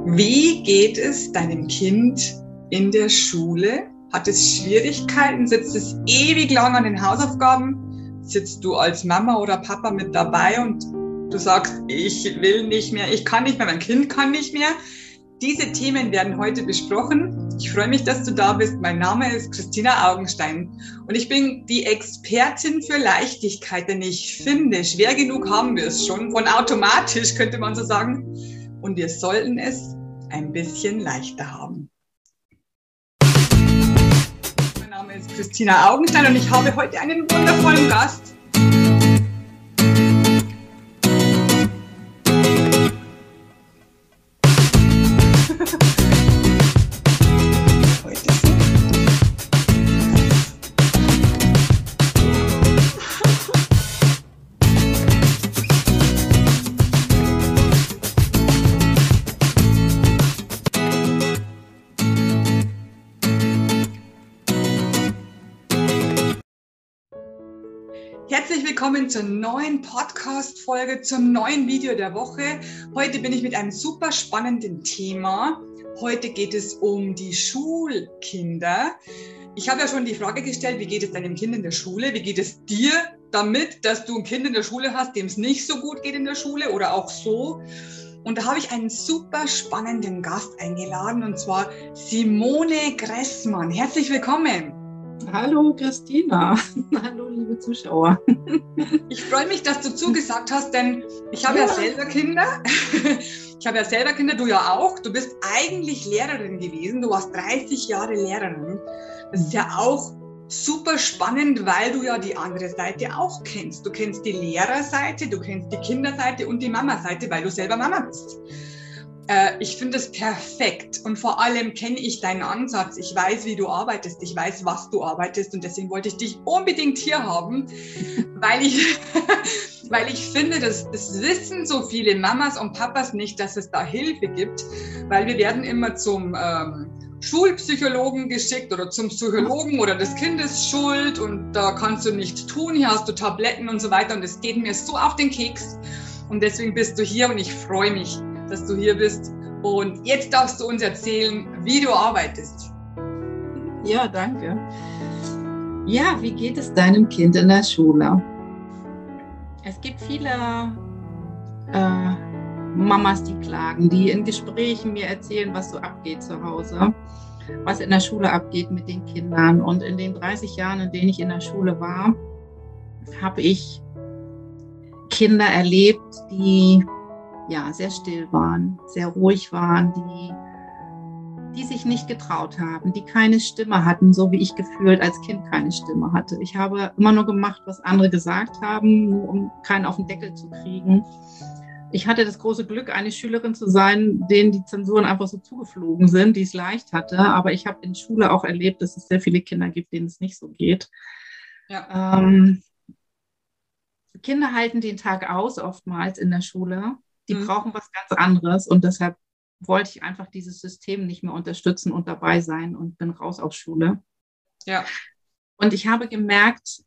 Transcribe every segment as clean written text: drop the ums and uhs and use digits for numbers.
Wie geht es deinem Kind in der Schule? Hat es Schwierigkeiten? Sitzt es ewig lang an den Hausaufgaben? Sitzt du als Mama oder Papa mit dabei und du sagst, ich will nicht mehr, ich kann nicht mehr, mein Kind kann nicht mehr? Diese Themen werden heute besprochen. Ich freue mich, dass du da bist. Mein Name ist Christina Augenstein und ich bin die Expertin für Leichtigkeit, denn ich finde, schwer genug haben wir es schon, von automatisch könnte man so sagen. Und wir sollten es ein bisschen leichter haben. Mein Name ist Christina Augenstein und ich habe heute einen wundervollen Gast. Herzlich willkommen zur neuen Podcast-Folge, zum neuen Video der Woche. Heute bin ich mit einem super spannenden Thema. Heute geht es um die Schulkinder. Ich habe ja schon die Frage gestellt, wie geht es deinem Kind in der Schule? Wie geht es dir damit, dass du ein Kind in der Schule hast, dem es nicht so gut geht in der Schule oder auch so? Und da habe ich einen super spannenden Gast eingeladen, und zwar Simone Gressmann. Herzlich willkommen. Hallo Christina, hallo liebe Zuschauer. Ich freue mich, dass du zugesagt hast, denn ich habe ja selber Kinder. Ich habe ja selber Kinder, du ja auch. Du bist eigentlich Lehrerin gewesen, du warst 30 Jahre Lehrerin. Das ist ja auch super spannend, weil du ja die andere Seite auch kennst. Du kennst die Lehrerseite, du kennst die Kinderseite und die Mama-Seite, weil du selber Mama bist. Ich finde es perfekt und vor allem kenne ich deinen Ansatz. Ich weiß, wie du arbeitest, ich weiß, was du arbeitest und deswegen wollte ich dich unbedingt hier haben, weil ich finde, das wissen so viele Mamas und Papas nicht, dass es da Hilfe gibt, weil wir werden immer zum Schulpsychologen geschickt oder zum Psychologen oder das Kind ist schuld und da kannst du nichts tun, hier hast du Tabletten und so weiter und es geht mir so auf den Keks und deswegen bist du hier und ich freue mich, dass du hier bist. Und jetzt darfst du uns erzählen, wie du arbeitest. Ja, danke. Ja, wie geht es deinem Kind in der Schule? Es gibt viele Mamas, die klagen, die in Gesprächen mir erzählen, was so abgeht zu Hause, was in der Schule abgeht mit den Kindern. Und in den 30 Jahren, in denen ich in der Schule war, habe ich Kinder erlebt, die sehr still waren, sehr ruhig waren, die sich nicht getraut haben, die keine Stimme hatten, so wie ich gefühlt als Kind keine Stimme hatte. Ich habe immer nur gemacht, was andere gesagt haben, nur um keinen auf den Deckel zu kriegen. Ich hatte das große Glück, eine Schülerin zu sein, denen die Zensuren einfach so zugeflogen sind, die es leicht hatte. Aber ich habe in Schule auch erlebt, dass es sehr viele Kinder gibt, denen es nicht so geht. Ja. Kinder halten den Tag aus, oftmals in der Schule. Die brauchen was ganz anderes und deshalb wollte ich einfach dieses System nicht mehr unterstützen und dabei sein und bin raus aus Schule. Ja. Und ich habe gemerkt,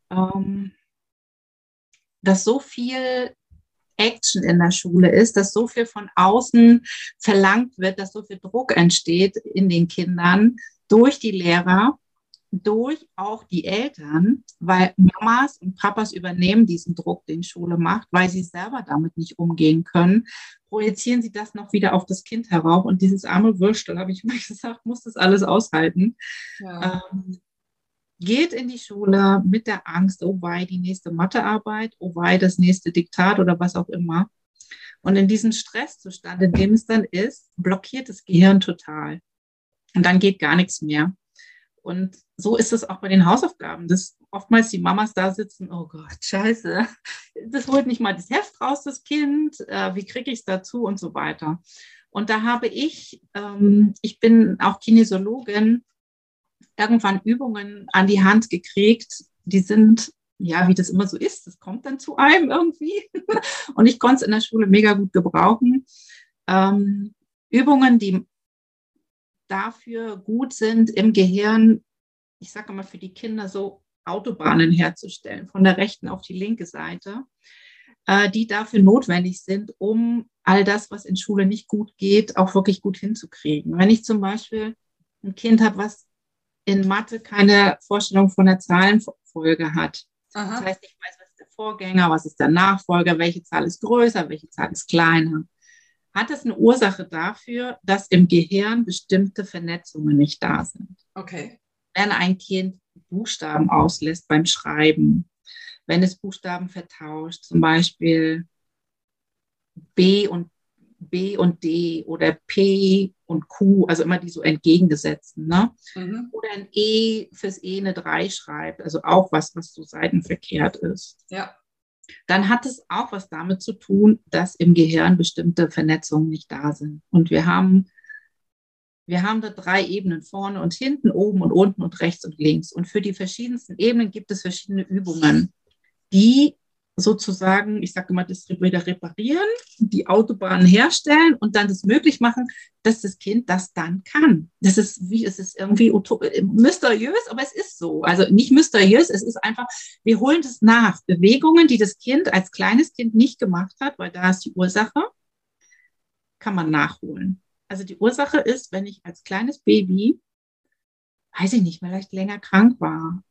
dass so viel Action in der Schule ist, dass so viel von außen verlangt wird, dass so viel Druck entsteht in den Kindern durch die Lehrer, durch auch die Eltern, weil Mamas und Papas übernehmen diesen Druck, den Schule macht, weil sie selber damit nicht umgehen können, projizieren sie das noch wieder auf das Kind herauf und dieses arme Würstel, habe ich immer gesagt, muss das alles aushalten. Ja. Geht in die Schule mit der Angst, oh wei, die nächste Mathearbeit, oh wei, das nächste Diktat oder was auch immer. Und in diesem Stresszustand, in dem es dann ist, blockiert das Gehirn total. Und dann geht gar nichts mehr. Und so ist es auch bei den Hausaufgaben, dass oftmals die Mamas da sitzen, oh Gott, scheiße, das holt nicht mal das Heft raus, das Kind, wie kriege ich es dazu und so weiter. Und da habe ich bin auch Kinesiologin, irgendwann Übungen an die Hand gekriegt, die sind, ja, wie das immer so ist, das kommt dann zu einem irgendwie. Und ich konnte es in der Schule mega gut gebrauchen. Übungen, die dafür gut sind, im Gehirn, ich sage mal für die Kinder so Autobahnen herzustellen, von der rechten auf die linke Seite, die dafür notwendig sind, um all das, was in Schule nicht gut geht, auch wirklich gut hinzukriegen. Wenn ich zum Beispiel ein Kind habe, was in Mathe keine Vorstellung von der Zahlenfolge hat, das heißt, ich weiß, was ist der Vorgänger, was ist der Nachfolger, welche Zahl ist größer, welche Zahl ist kleiner, hat das eine Ursache dafür, dass im Gehirn bestimmte Vernetzungen nicht da sind. Okay. Wenn ein Kind Buchstaben auslässt beim Schreiben, wenn es Buchstaben vertauscht, zum Beispiel B und D oder P und Q, also immer die so entgegengesetzten, ne? Oder ein E fürs E eine 3 schreibt, also auch was so seitenverkehrt ist. Ja. Dann hat es auch was damit zu tun, dass im Gehirn bestimmte Vernetzungen nicht da sind. Und wir haben da 3 Ebenen, vorne und hinten, oben und unten und rechts und links. Und für die verschiedensten Ebenen gibt es verschiedene Übungen, die sozusagen, ich sage immer, das wieder reparieren, die Autobahnen herstellen und dann das möglich machen, dass das Kind das dann kann. Es ist irgendwie mysteriös, aber es ist so. Also nicht mysteriös, es ist einfach, wir holen das nach. Bewegungen, die das Kind als kleines Kind nicht gemacht hat, weil da ist die Ursache, kann man nachholen. Also die Ursache ist, wenn ich als kleines Baby, weiß ich nicht, vielleicht länger krank war,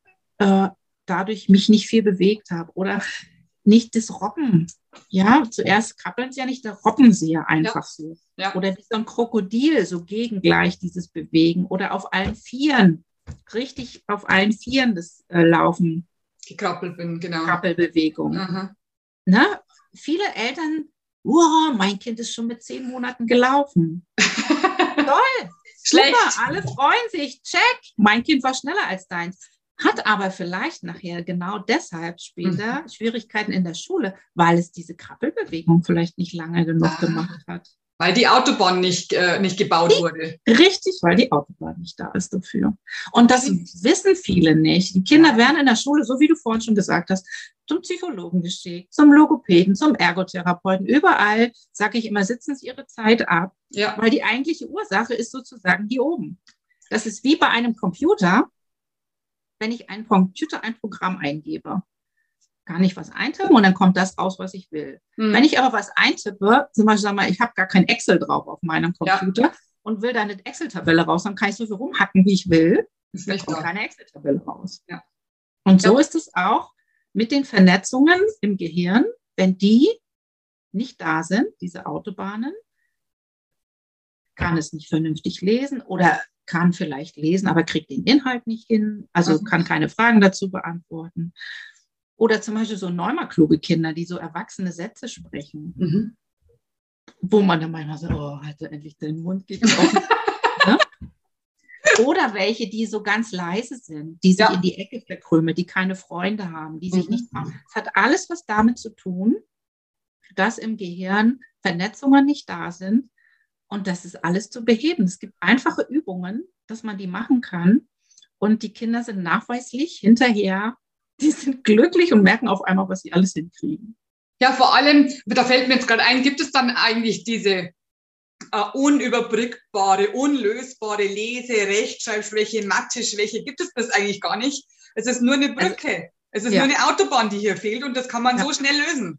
dadurch mich nicht viel bewegt habe oder nicht das Robben. Ja, zuerst krabbeln sie ja nicht, da robben sie ja einfach so. Ja. Oder wie so ein Krokodil, so gegengleich dieses Bewegen oder auf allen Vieren, richtig auf allen Vieren das Laufen. Gekrabbelt bin, genau. Krabbelbewegung. Na, viele Eltern, mein Kind ist schon mit 10 Monaten gelaufen. Toll, schlecht. Super, alle freuen sich, check, mein Kind war schneller als deins. Hat aber vielleicht nachher genau deshalb später Schwierigkeiten in der Schule, weil es diese Krabbelbewegung vielleicht nicht lange genug gemacht hat. Weil die Autobahn nicht gebaut wurde. Richtig, weil die Autobahn nicht da ist dafür. Und das wissen viele nicht. Die Kinder werden in der Schule, so wie du vorhin schon gesagt hast, zum Psychologen geschickt, zum Logopäden, zum Ergotherapeuten. Überall, sage ich immer, sitzen sie ihre Zeit ab, weil die eigentliche Ursache ist sozusagen hier oben. Das ist wie bei einem Computer. Wenn ich ein Programm eingebe, kann ich was eintippen und dann kommt das raus, was ich will. Wenn ich aber was eintippe, zum Beispiel, sag mal, ich habe gar kein Excel drauf auf meinem Computer und will da eine Excel-Tabelle raus, dann kann ich so viel rumhacken, wie ich will. Da kommt keine Excel-Tabelle raus. Ja. Und so ist es auch mit den Vernetzungen im Gehirn, wenn die nicht da sind, diese Autobahnen, kann es nicht vernünftig lesen oder kann vielleicht lesen, aber kriegt den Inhalt nicht hin, also kann keine Fragen dazu beantworten. Oder zum Beispiel so neumakluge Kinder, die so erwachsene Sätze sprechen, wo man dann manchmal so, halt endlich den Mund geht offen. Ne? Oder welche, die so ganz leise sind, die sich in die Ecke verkrümeln, die keine Freunde haben, die sich nicht trauen. Es hat alles was damit zu tun, dass im Gehirn Vernetzungen nicht da sind. Und das ist alles zu beheben. Es gibt einfache Übungen, dass man die machen kann. Und die Kinder sind nachweislich hinterher, die sind glücklich und merken auf einmal, was sie alles hinkriegen. Ja, vor allem, da fällt mir jetzt gerade ein, gibt es dann eigentlich diese unüberbrückbare, unlösbare Lese-, Rechtschreibschwäche, Mathe-Schwäche? Gibt es das eigentlich gar nicht? Es ist nur eine Brücke. Es ist nur eine Autobahn, die hier fehlt und das kann man so schnell lösen.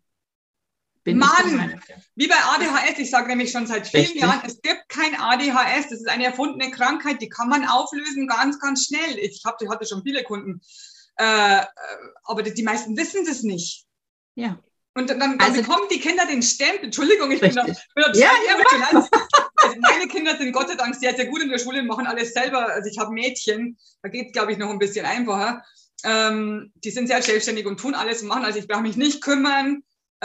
Mann, wie bei ADHS, ich sage nämlich schon seit vielen Jahren, es gibt kein ADHS, das ist eine erfundene Krankheit, die kann man auflösen ganz, ganz schnell. Ich hatte schon viele Kunden, aber die meisten wissen das nicht. Ja. Und dann bekommen die Kinder den Stempel, Entschuldigung, ich bin da also meine Kinder sind Gott sei Dank sehr, sehr gut in der Schule und machen alles selber. Also ich habe Mädchen, da geht es, glaube ich, noch ein bisschen einfacher. Die sind sehr selbstständig und tun alles und machen, also ich brauche mich nicht kümmern.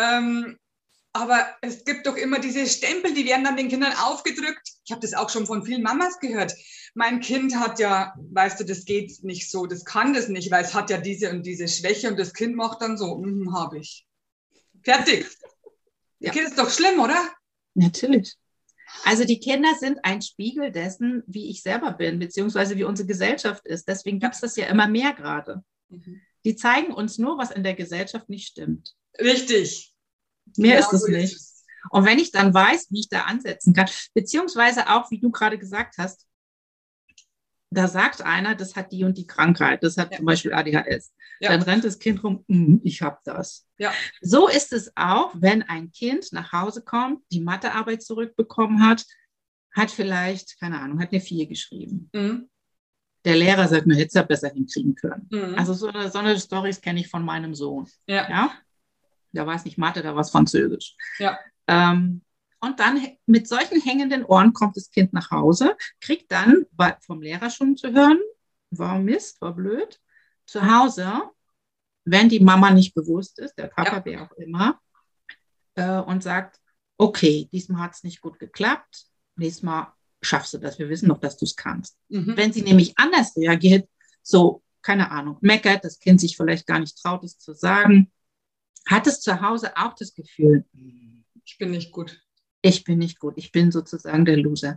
Aber es gibt doch immer diese Stempel, die werden dann den Kindern aufgedrückt. Ich habe das auch schon von vielen Mamas gehört. Mein Kind hat ja, weißt du, das geht nicht so, das kann das nicht, weil es hat ja diese und diese Schwäche und das Kind macht dann so, habe ich. Fertig. Ja. Okay, das ist doch schlimm, oder? Natürlich. Also die Kinder sind ein Spiegel dessen, wie ich selber bin, beziehungsweise wie unsere Gesellschaft ist. Deswegen gibt es das ja immer mehr gerade. Die zeigen uns nur, was in der Gesellschaft nicht stimmt. Richtig. Mehr ist es nicht. Und wenn ich dann weiß, wie ich da ansetzen kann, beziehungsweise auch, wie du gerade gesagt hast, da sagt einer, das hat die und die Krankheit, das hat zum Beispiel ADHS. Ja. Dann rennt das Kind rum, ich habe das. Ja. So ist es auch, wenn ein Kind nach Hause kommt, die Mathearbeit zurückbekommen hat vielleicht, keine Ahnung, hat eine 4 geschrieben. Der Lehrer sagt, man hätte es ja besser hinkriegen können. Also so eine Storys kenne ich von meinem Sohn. Ja? Da war es nicht Mathe, da war es Französisch. Ja. Und dann mit solchen hängenden Ohren kommt das Kind nach Hause, kriegt dann vom Lehrer schon zu hören, war Mist, war blöd. Zu Hause, wenn die Mama nicht bewusst ist, der Papa, wer auch immer, und sagt, okay, diesmal hat es nicht gut geklappt, nächstes Mal schaffst du das, wir wissen doch, dass du es kannst. Wenn sie nämlich anders reagiert, so, keine Ahnung, meckert, das Kind sich vielleicht gar nicht traut, es zu sagen, hat es zu Hause auch das Gefühl, ich bin nicht gut. Ich bin nicht gut, ich bin sozusagen der Loser.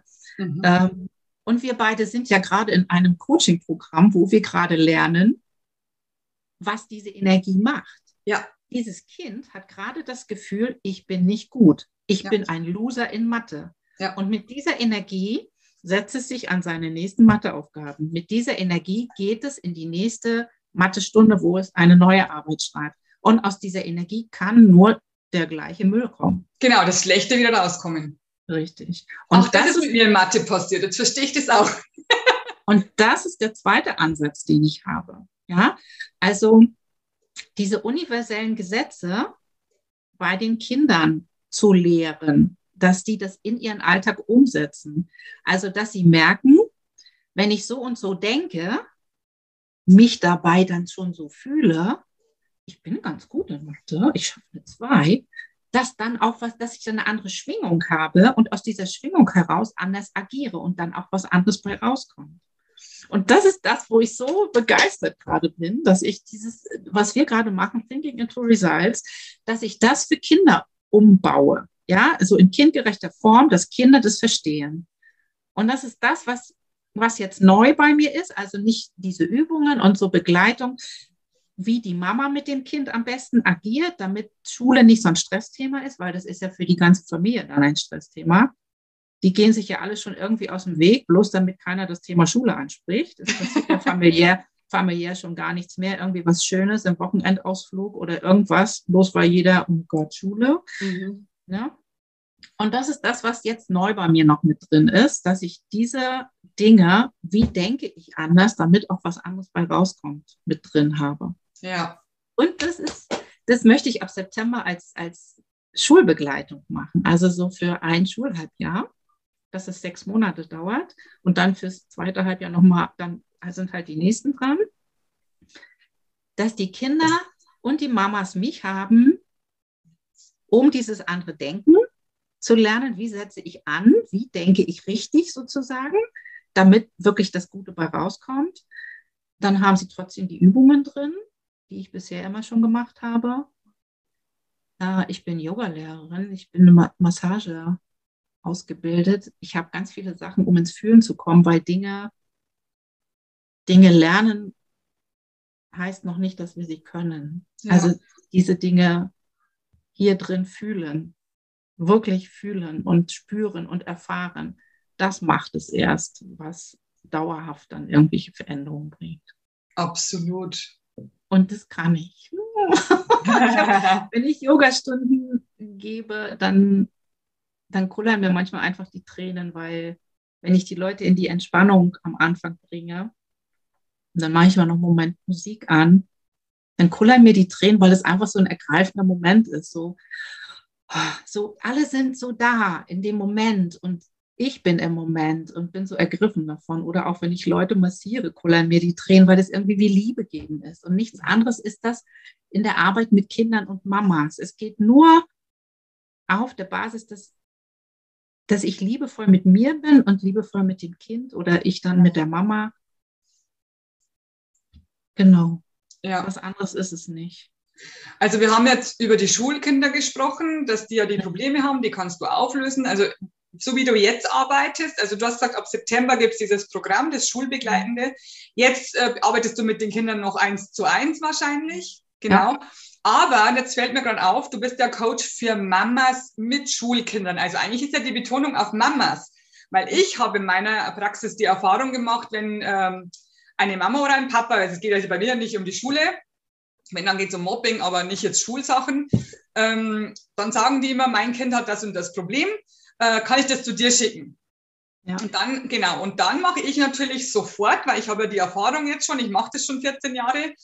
Und wir beide sind ja gerade in einem Coaching-Programm, wo wir gerade lernen, was diese Energie macht. Ja. Dieses Kind hat gerade das Gefühl, ich bin nicht gut. Ich bin ein Loser in Mathe. Ja. Und mit dieser Energie setzt es sich an seine nächsten Matheaufgaben. Mit dieser Energie geht es in die nächste Mathestunde, wo es eine neue Arbeit schreibt. Und aus dieser Energie kann nur der gleiche Müll kommen. Genau, das Schlechte wieder rauskommen. Richtig. Und auch das ist mit mir in Mathe passiert. Jetzt verstehe ich das auch. Und das ist der zweite Ansatz, den ich habe. Ja, also diese universellen Gesetze bei den Kindern zu lehren, dass die das in ihren Alltag umsetzen. Also, dass sie merken, wenn ich so und so denke, mich dabei dann schon so fühle, ich bin ganz gut in Mathe, ich schaffe eine 2, dass dann auch dass ich dann eine andere Schwingung habe und aus dieser Schwingung heraus anders agiere und dann auch was anderes bei rauskommt. Und das ist das, wo ich so begeistert gerade bin, dass ich dieses, was wir gerade machen, Thinking into Results, dass ich das für Kinder umbaue. Ja, also in kindgerechter Form, dass Kinder das verstehen. Und das ist das, was jetzt neu bei mir ist, also nicht diese Übungen und so Begleitung, wie die Mama mit dem Kind am besten agiert, damit Schule nicht so ein Stressthema ist, weil das ist ja für die ganze Familie dann ein Stressthema. Die gehen sich ja alle schon irgendwie aus dem Weg, bloß damit keiner das Thema Schule anspricht. Es passiert ja familiär schon gar nichts mehr, irgendwie was Schönes, ein Wochenendausflug oder irgendwas, bloß weil jeder, oh Gott, Schule. Ja? Und das ist das, was jetzt neu bei mir noch mit drin ist, dass ich diese Dinge, wie denke ich anders, damit auch was anderes bei rauskommt, mit drin habe. Ja. Und das möchte ich ab September als Schulbegleitung machen. Also so für ein Schulhalbjahr, dass es 6 Monate dauert und dann fürs zweite Halbjahr nochmal, dann sind halt die nächsten dran, dass die Kinder und die Mamas mich haben, um dieses andere Denken zu lernen, wie setze ich an, wie denke ich richtig sozusagen, damit wirklich das Gute bei rauskommt. Dann haben sie trotzdem die Übungen drin, die ich bisher immer schon gemacht habe. Ich bin Yogalehrerin, ich bin eine Massage ausgebildet. Ich habe ganz viele Sachen, um ins Fühlen zu kommen, weil Dinge lernen heißt noch nicht, dass wir sie können. Ja. Also diese Dinge hier drin fühlen, wirklich fühlen und spüren und erfahren, das macht es erst, was dauerhaft dann irgendwelche Veränderungen bringt. Absolut. Und das kann ich. Wenn ich Yogastunden gebe, dann kullern mir manchmal einfach die Tränen, weil wenn ich die Leute in die Entspannung am Anfang bringe, dann mache ich mal noch einen Moment Musik an, dann kullern mir die Tränen, weil es einfach so ein ergreifender Moment ist. So alle sind so da in dem Moment und ich bin im Moment und bin so ergriffen davon. Oder auch wenn ich Leute massiere, kullern mir die Tränen, weil das irgendwie wie Liebe geben ist. Und nichts anderes ist das in der Arbeit mit Kindern und Mamas. Es geht nur auf der Basis, dass ich liebevoll mit mir bin und liebevoll mit dem Kind oder ich dann mit der Mama. Genau. Ja. Was anderes ist es nicht. Also wir haben jetzt über die Schulkinder gesprochen, dass die ja die Probleme haben, die kannst du auflösen. Also so wie du jetzt arbeitest, also du hast gesagt, ab September gibt es dieses Programm, das Schulbegleitende. Jetzt arbeitest du mit den Kindern noch 1:1 wahrscheinlich. Genau. Ja. Aber jetzt fällt mir gerade auf, du bist ja Coach für Mamas mit Schulkindern. Also eigentlich ist ja die Betonung auf Mamas. Weil ich habe in meiner Praxis die Erfahrung gemacht, wenn eine Mama oder ein Papa, also es geht also bei mir nicht um die Schule, wenn, dann geht es um Mobbing, aber nicht jetzt Schulsachen, dann sagen die immer, mein Kind hat das und das Problem, kann ich das zu dir schicken? Ja. Und dann, genau, und dann mache ich natürlich sofort, weil ich habe ja die Erfahrung jetzt schon, ich mache das schon 14 Jahre,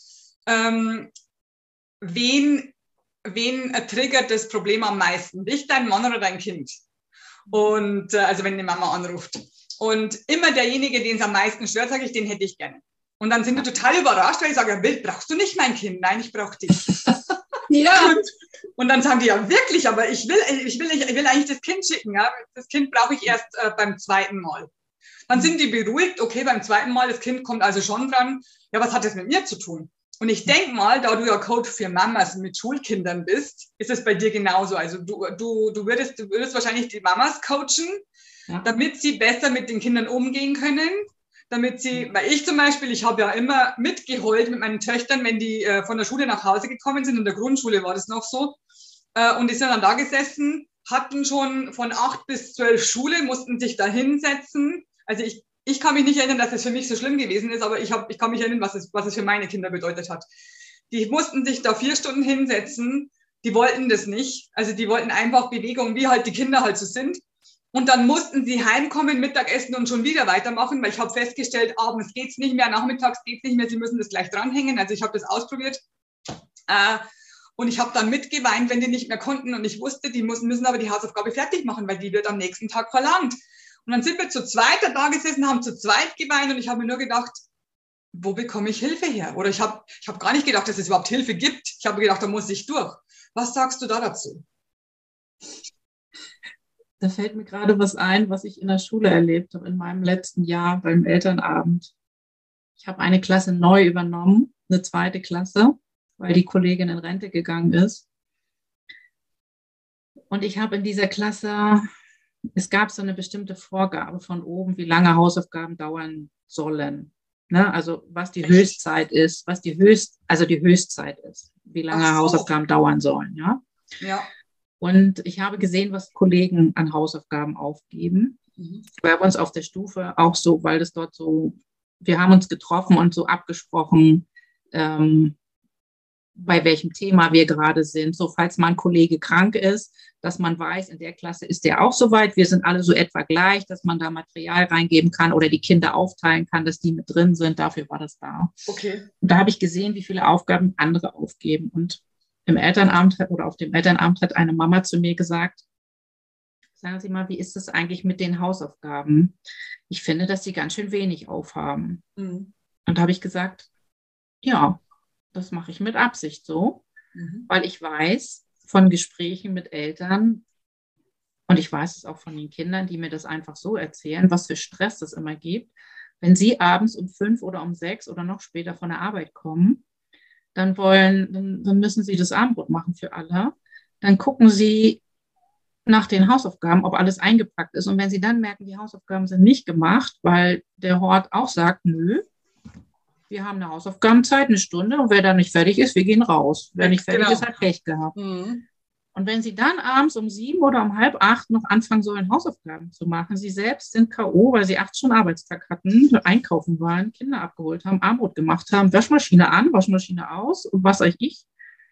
wen triggert das Problem am meisten? Dich, dein Mann oder dein Kind? Und also wenn die Mama anruft. Und immer derjenige, den es am meisten stört, sage ich, den hätte ich gerne. Und dann sind die total überrascht, weil ich sage, ja, Bild, brauchst du nicht mein Kind? Nein, ich brauche dich. Ja. Und dann sagen die, ja wirklich, aber ich will eigentlich das Kind schicken. Ja? Das Kind brauche ich erst beim zweiten Mal. Dann sind die beruhigt, okay, beim zweiten Mal, das Kind kommt also schon dran. Ja, was hat das mit mir zu tun? Und ich denke mal, da du ja Coach für Mamas mit Schulkindern bist, ist es bei dir genauso. Also du würdest wahrscheinlich die Mamas coachen, ja, damit sie besser mit den Kindern umgehen können. Damit sie, weil ich zum Beispiel, ich habe ja immer mitgeheult mit meinen Töchtern, wenn die von der Schule nach Hause gekommen sind. In der Grundschule war das noch so. Und die sind dann da gesessen, hatten schon von 8 bis 12 Schule, mussten sich da hinsetzen. Also ich kann mich nicht erinnern, dass es für mich so schlimm gewesen ist, aber ich kann mich erinnern, was es für meine Kinder bedeutet hat. Die mussten sich da 4 Stunden hinsetzen. Die wollten das nicht. Also die wollten einfach Bewegung, wie halt die Kinder halt so sind. Und dann mussten sie heimkommen, Mittagessen und schon wieder weitermachen, weil ich habe festgestellt, abends geht's nicht mehr, nachmittags geht's nicht mehr, sie müssen das gleich dranhängen. Also ich habe das ausprobiert. Und ich habe dann mitgeweint, wenn die nicht mehr konnten. Und ich wusste, die müssen aber die Hausaufgabe fertig machen, weil die wird am nächsten Tag verlangt. Und dann sind wir zu zweit da gesessen, haben zu zweit geweint und ich habe mir nur gedacht, wo bekomme ich Hilfe her? Oder ich hab gar nicht gedacht, dass es überhaupt Hilfe gibt. Ich habe gedacht, da muss ich durch. Was sagst du da dazu? Da fällt mir gerade was ein, was ich in der Schule erlebt habe, in meinem letzten Jahr beim Elternabend. Ich habe eine Klasse neu übernommen, eine 2. Klasse, weil die Kollegin in Rente gegangen ist. Und ich habe in dieser Klasse, es gab so eine bestimmte Vorgabe von oben, wie lange Hausaufgaben dauern sollen. Ne? Also was die Höchstzeit ist, die Höchstzeit ist, wie lange Hausaufgaben dauern sollen. Ja. Ja. Und ich habe gesehen, was Kollegen an Hausaufgaben aufgeben. Bei uns auf der Stufe auch so, weil das dort so, wir haben uns getroffen und so abgesprochen, bei welchem Thema wir gerade sind. So, falls mal ein Kollege krank ist, dass man weiß, in der Klasse ist der auch soweit. Wir sind alle so etwa gleich, dass man da Material reingeben kann oder die Kinder aufteilen kann, dass die mit drin sind. Dafür war das da. Okay. Und da habe ich gesehen, wie viele Aufgaben andere aufgeben. Und auf dem Elternabend hat eine Mama zu mir gesagt, sagen Sie mal, wie ist das eigentlich mit den Hausaufgaben? Ich finde, dass Sie ganz schön wenig aufhaben. Und da habe ich gesagt, ja, das mache ich mit Absicht so, weil ich weiß von Gesprächen mit Eltern und ich weiß es auch von den Kindern, die mir das einfach so erzählen, was für Stress das immer gibt. Wenn sie abends um 5 oder um 6 oder noch später von der Arbeit kommen, dann müssen sie das Abendbrot machen für alle. Dann gucken sie nach den Hausaufgaben, ob alles eingepackt ist. Und wenn sie dann merken, die Hausaufgaben sind nicht gemacht, weil der Hort auch sagt, nö, wir haben eine Hausaufgabenzeit, 1 Stunde, und wer da nicht fertig ist, wir gehen raus. Wer nicht fertig ist, hat Pech gehabt. Und wenn sie dann abends um 7 oder um 7:30 noch anfangen sollen, Hausaufgaben zu machen, sie selbst sind K.O., weil sie 8 Stunden Arbeitstag hatten, einkaufen waren, Kinder abgeholt haben, Abendbrot gemacht haben, Waschmaschine an, Waschmaschine aus und was weiß ich.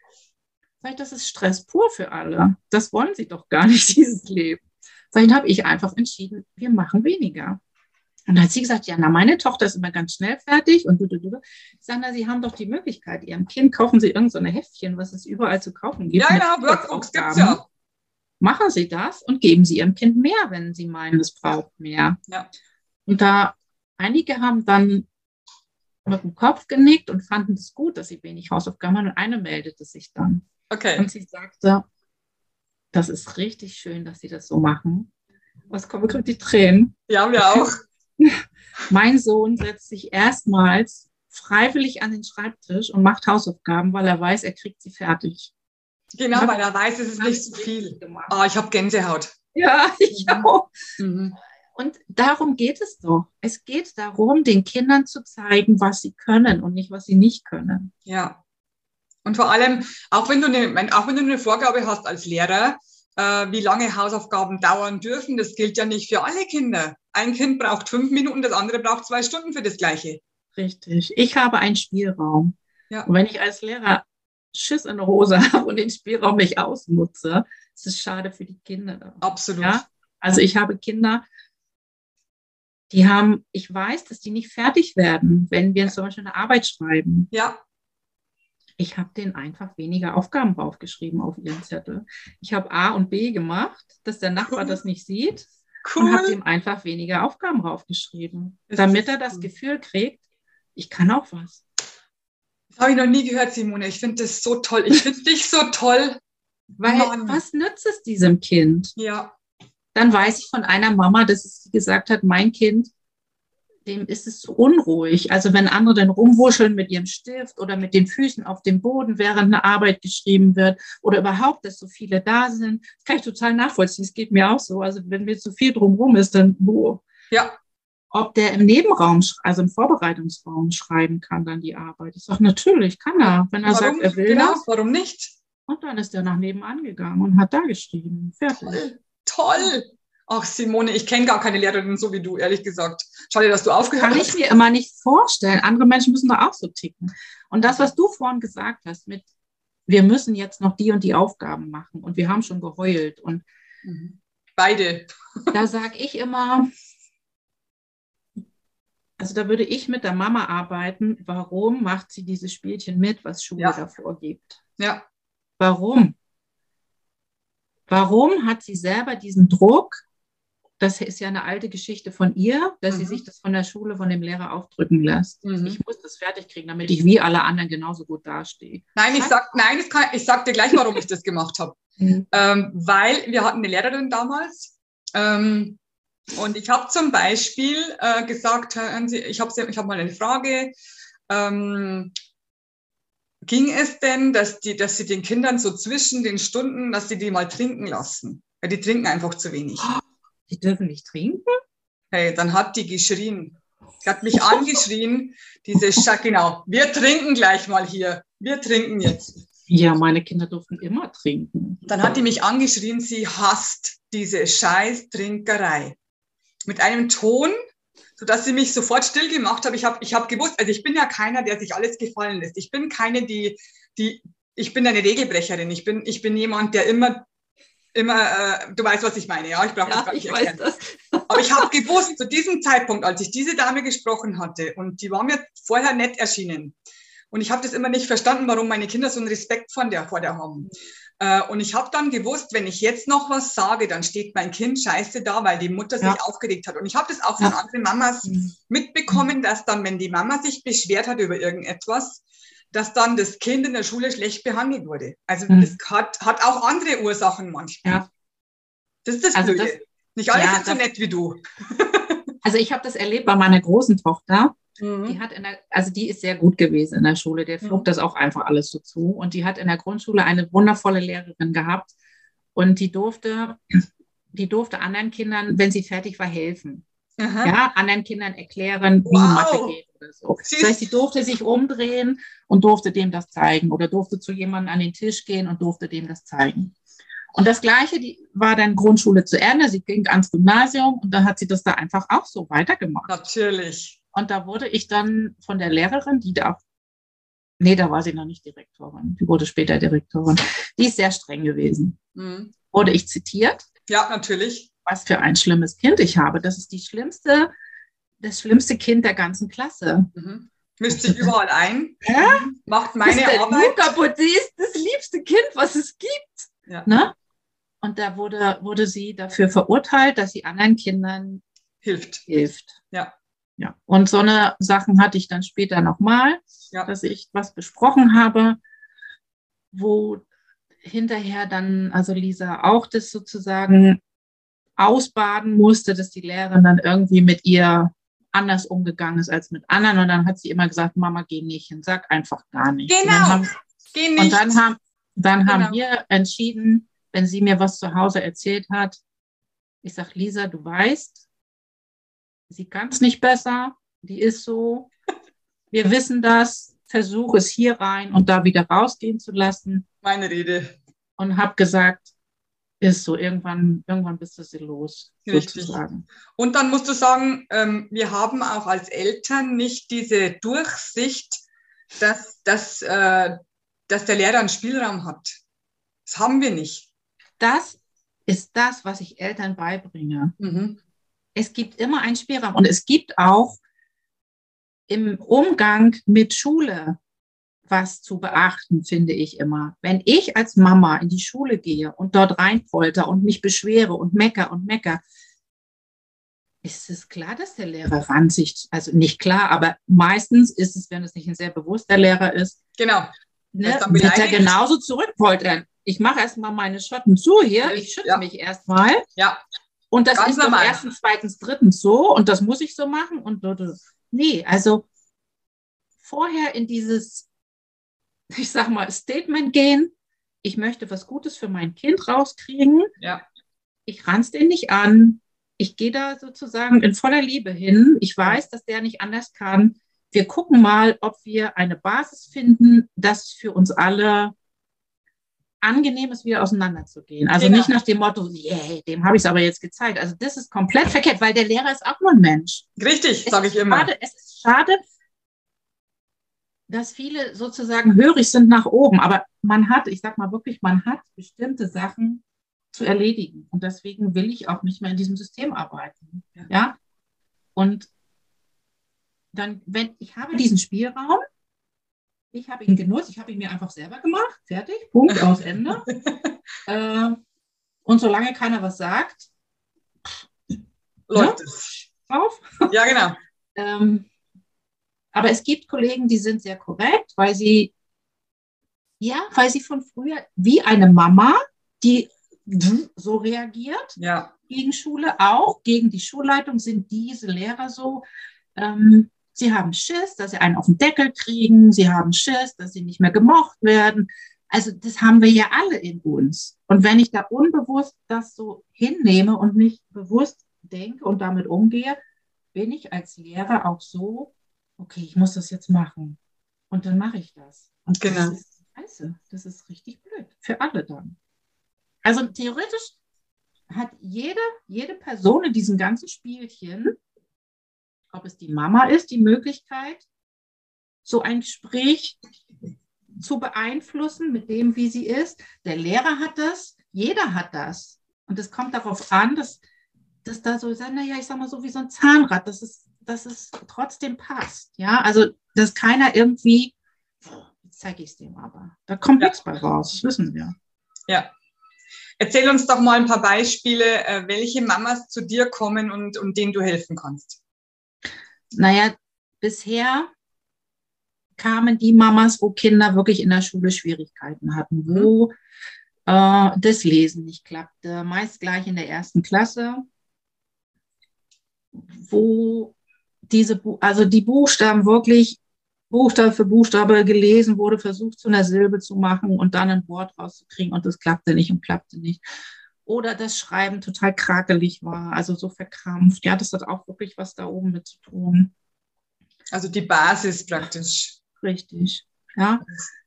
Weil das ist Stress pur für alle. Das wollen sie doch gar nicht, dieses Leben. Dann habe ich einfach entschieden, wir machen weniger. Und dann hat sie gesagt, ja, na, meine Tochter ist immer ganz schnell fertig. Und ich sage, na, Sie haben doch die Möglichkeit, Ihrem Kind kaufen Sie irgend so eine Heftchen, was es überall zu kaufen gibt. Ja, Workbooks gibt es ja. Machen Sie das und geben Sie Ihrem Kind mehr, wenn Sie meinen, es braucht mehr. Ja. Und einige haben dann mit dem Kopf genickt und fanden es gut, dass sie wenig Hausaufgaben haben. Und eine meldete sich dann. Okay. Und sie sagte, das ist richtig schön, dass Sie das so machen. Was kommen gerade die Tränen? Ja, wir auch. Mein Sohn setzt sich erstmals freiwillig an den Schreibtisch und macht Hausaufgaben, weil er weiß, er kriegt sie fertig. Genau, weil er weiß, es ist nicht zu viel. Oh, ich habe Gänsehaut. Ja, ich auch. Und darum geht es doch. Es geht darum, den Kindern zu zeigen, was sie können und nicht, was sie nicht können. Ja. Und vor allem, auch wenn du eine Vorgabe hast als Lehrer, wie lange Hausaufgaben dauern dürfen. Das gilt ja nicht für alle Kinder. Ein Kind braucht 5 Minuten, das andere braucht 2 Stunden für das Gleiche. Richtig. Ich habe einen Spielraum. Ja. Und wenn ich als Lehrer Schiss in der Hose habe und den Spielraum nicht ausnutze, ist es schade für die Kinder. Absolut. Ja? Also ich habe Kinder, die haben, ich weiß, dass die nicht fertig werden, wenn wir zum Beispiel eine Arbeit schreiben. Ja. Ich habe denen einfach weniger Aufgaben draufgeschrieben auf ihren Zettel. Ich habe A und B gemacht, dass der Nachbar das nicht sieht und habe ihm einfach weniger Aufgaben draufgeschrieben, damit er das Gefühl kriegt, ich kann auch was. Das habe ich noch nie gehört, Simone. Ich finde das so toll. Ich finde dich so toll. Weil was nützt es diesem Kind? Ja. Dann weiß ich von einer Mama, dass sie gesagt hat, mein Kind, dem ist es zu unruhig. Also wenn andere dann rumwuscheln mit ihrem Stift oder mit den Füßen auf dem Boden, während eine Arbeit geschrieben wird oder überhaupt, dass so viele da sind, das kann ich total nachvollziehen. Es geht mir auch so. Also wenn mir zu viel drumherum ist, dann wo? Ja. Ob der im Nebenraum, also im Vorbereitungsraum schreiben kann, dann die Arbeit. Ich sage, natürlich kann er, wenn er sagt, er will das. Warum nicht? Und dann ist er nach nebenan gegangen und hat da geschrieben. Fertig. Toll. Ach, Simone, ich kenne gar keine Lehrerin so wie du, ehrlich gesagt. Schade, dass du aufgehört hast. Kann ich mir immer nicht vorstellen. Andere Menschen müssen da auch so ticken. Und das, was du vorhin gesagt hast, mit wir müssen jetzt noch die und die Aufgaben machen und wir haben schon geheult. Und beide. Da sage ich immer, also da würde ich mit der Mama arbeiten. Warum macht sie dieses Spielchen mit, was Schule davor gibt? Ja. Warum? Warum hat sie selber diesen Druck? Das ist ja eine alte Geschichte von ihr, dass sie sich das von der Schule, von dem Lehrer aufdrücken lässt. Ich muss das fertig kriegen, damit ich wie alle anderen genauso gut dastehe. Nein, ich sag dir gleich, warum ich das gemacht habe. Weil wir hatten eine Lehrerin damals und ich habe zum Beispiel gesagt, ich habe mal eine Frage, ging es denn, dass sie den Kindern so zwischen den Stunden, dass sie die mal trinken lassen? Weil die trinken einfach zu wenig. Die dürfen nicht trinken? Hey, dann hat die geschrien. Sie hat mich angeschrien, genau, wir trinken gleich mal hier. Wir trinken jetzt. Ja, meine Kinder durften immer trinken. Dann hat die mich angeschrien, sie hasst diese Scheiß-Trinkerei. Mit einem Ton, sodass sie mich sofort still gemacht hat. Ich hab gewusst, also ich bin ja keiner, der sich alles gefallen lässt. Ich bin keine, ich bin eine Regelbrecherin. Ich bin jemand, der immer, du weißt, was ich meine, ja? Ich brauche das gar nicht erklären. Aber ich habe gewusst, zu diesem Zeitpunkt, als ich diese Dame gesprochen hatte, und die war mir vorher nett erschienen, und ich habe das immer nicht verstanden, warum meine Kinder so einen Respekt vor der haben. Und ich habe dann gewusst, wenn ich jetzt noch was sage, dann steht mein Kind scheiße da, weil die Mutter sich aufgeregt hat. Und ich habe das auch von anderen Mamas mitbekommen, dass dann, wenn die Mama sich beschwert hat über irgendetwas, dass dann das Kind in der Schule schlecht behandelt wurde. Also das hat auch andere Ursachen manchmal. Ja. Das ist das Blöde. Nicht alle sind so nett wie du. Also ich habe das erlebt bei meiner großen Tochter. Die ist sehr gut gewesen in der Schule. Der flog das auch einfach alles so zu. Und die hat in der Grundschule eine wundervolle Lehrerin gehabt. Und die durfte anderen Kindern, wenn sie fertig war, helfen. Ja, anderen Kindern erklären, wie Mathe geht oder so. Das heißt, sie durfte sich umdrehen und durfte dem das zeigen oder durfte zu jemandem an den Tisch gehen und durfte dem das zeigen. Und das Gleiche, die war dann Grundschule zu Ende, sie ging ans Gymnasium und dann hat sie das da einfach auch so weitergemacht. Natürlich. Und da wurde ich dann von der Lehrerin, da war sie noch nicht Direktorin, die wurde später Direktorin, die ist sehr streng gewesen. Wurde ich zitiert? Ja, natürlich. Was für ein schlimmes Kind ich habe. Das ist das schlimmste Kind der ganzen Klasse. Mischt sich überall ein, macht meine Arbeit. Sie ist das liebste Kind, was es gibt. Ja. Ne? Und da wurde sie dafür verurteilt, dass sie anderen Kindern hilft. Ja. Und so eine Sachen hatte ich dann später nochmal, dass ich was besprochen habe, wo hinterher dann, also Lisa auch das sozusagen ausbaden musste, dass die Lehrerin dann irgendwie mit ihr anders umgegangen ist als mit anderen. Und dann hat sie immer gesagt, Mama, geh nicht hin, sag einfach gar nichts. Genau, geh nicht. Und dann haben wir entschieden, wenn sie mir was zu Hause erzählt hat, ich sage, Lisa, du weißt, sie kann es nicht besser, die ist so, wir wissen das, versuche es hier rein und da wieder rausgehen zu lassen. Meine Rede. Und habe gesagt, ist so, irgendwann bist du sie los, Richtig. sozusagen. Und dann musst du sagen, wir haben auch als Eltern nicht diese Durchsicht, dass der Lehrer einen Spielraum hat. Das haben wir nicht. Das ist das, was ich Eltern beibringe. Mhm. Es gibt immer einen Spielraum und es gibt auch im Umgang mit Schule was zu beachten, finde ich immer. Wenn ich als Mama in die Schule gehe und dort reinpolter und mich beschwere und mecker, ist es klar, dass der Lehrer ranzieht. Also nicht klar, aber meistens ist es, wenn es nicht ein sehr bewusster Lehrer ist, Genau. ne, wird er genauso zurückpoltern. Ich mache erstmal meine Schotten zu hier, ich schütze mich erstmal. Ja. Und das ganz ist normal. Doch erstens, zweitens, drittens so und das muss ich so machen. Und nee, also vorher in dieses, ich sag mal, Statement gehen, ich möchte was Gutes für mein Kind rauskriegen. Ja. Ich ranz den nicht an. Ich gehe da sozusagen in voller Liebe hin. Ich weiß, dass der nicht anders kann. Wir gucken mal, ob wir eine Basis finden, das für uns alle angenehm ist, wieder auseinanderzugehen. Also nicht nach dem Motto, yeah, dem habe ich es aber jetzt gezeigt. Also das ist komplett verkehrt, weil der Lehrer ist auch nur ein Mensch. Richtig, sage ich immer. Es ist schade, dass viele sozusagen hörig sind nach oben, aber man hat bestimmte Sachen zu erledigen. Und deswegen will ich auch nicht mehr in diesem System arbeiten. Ja? Und dann, ich habe diesen Spielraum, ich habe ihn genutzt, ich habe ihn mir einfach selber gemacht, fertig, Punkt, aus, Ende. Und solange keiner was sagt, läuft es. Auf. Ja, genau. Aber es gibt Kollegen, die sind sehr korrekt, weil sie von früher wie eine Mama, die so reagiert, gegen Schule, auch gegen die Schulleitung sind diese Lehrer so. Sie haben Schiss, dass sie einen auf den Deckel kriegen. Sie haben Schiss, dass sie nicht mehr gemocht werden. Also das haben wir ja alle in uns. Und wenn ich da unbewusst das so hinnehme und nicht bewusst denke und damit umgehe, bin ich als Lehrer auch so, okay, ich muss das jetzt machen. Und dann mache ich das. Und das ist scheiße. Das ist richtig blöd. Für alle dann. Also theoretisch hat jede Person in diesem ganzen Spielchen, ob es die Mama ist, die Möglichkeit, so ein Gespräch zu beeinflussen mit dem, wie sie ist. Der Lehrer hat das, jeder hat das. Und es kommt darauf an, dass da so, naja, ich sag mal so wie so ein Zahnrad, dass es trotzdem passt. Ja, also, dass keiner irgendwie, jetzt zeige ich es dem aber, da kommt nichts bei raus, das wissen wir. Ja. Erzähl uns doch mal ein paar Beispiele, welche Mamas zu dir kommen und denen du helfen kannst. Naja, bisher kamen die Mamas, wo Kinder wirklich in der Schule Schwierigkeiten hatten, wo das Lesen nicht klappte, meist gleich in der 1. Klasse, wo die Buchstaben wirklich Buchstabe für Buchstabe gelesen wurde, versucht zu einer Silbe zu machen und dann ein Wort rauszukriegen und das klappte nicht. Oder das Schreiben total krakelig war, also so verkrampft. Ja, das hat auch wirklich was da oben mit zu tun. Also die Basis praktisch. Richtig, ja.